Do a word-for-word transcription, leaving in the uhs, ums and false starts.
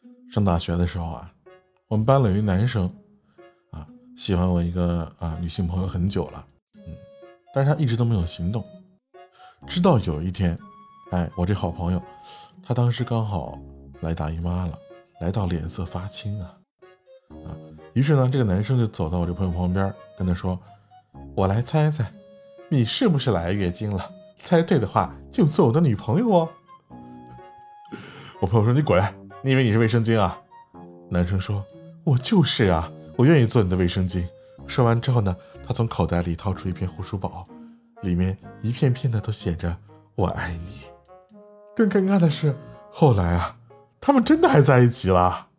上大学的时候啊，我们班里有一男生啊，喜欢我一个啊女性朋友很久了，嗯，但是他一直都没有行动。直到有一天，哎，我这好朋友，他当时刚好来大姨妈了，来到脸色发青啊啊，于是呢，这个男生就走到我这朋友旁边，跟他说：“我来猜猜，你是不是来月经了？猜对的话就做我的女朋友哦。”我朋友说：“你滚，你以为你是卫生巾啊？”男生说：“我就是啊，我愿意做你的卫生巾。”说完之后呢，他从口袋里掏出一片护舒宝，里面一片片的都写着“我爱你”。更尴尬的是，后来啊，他们真的还在一起了。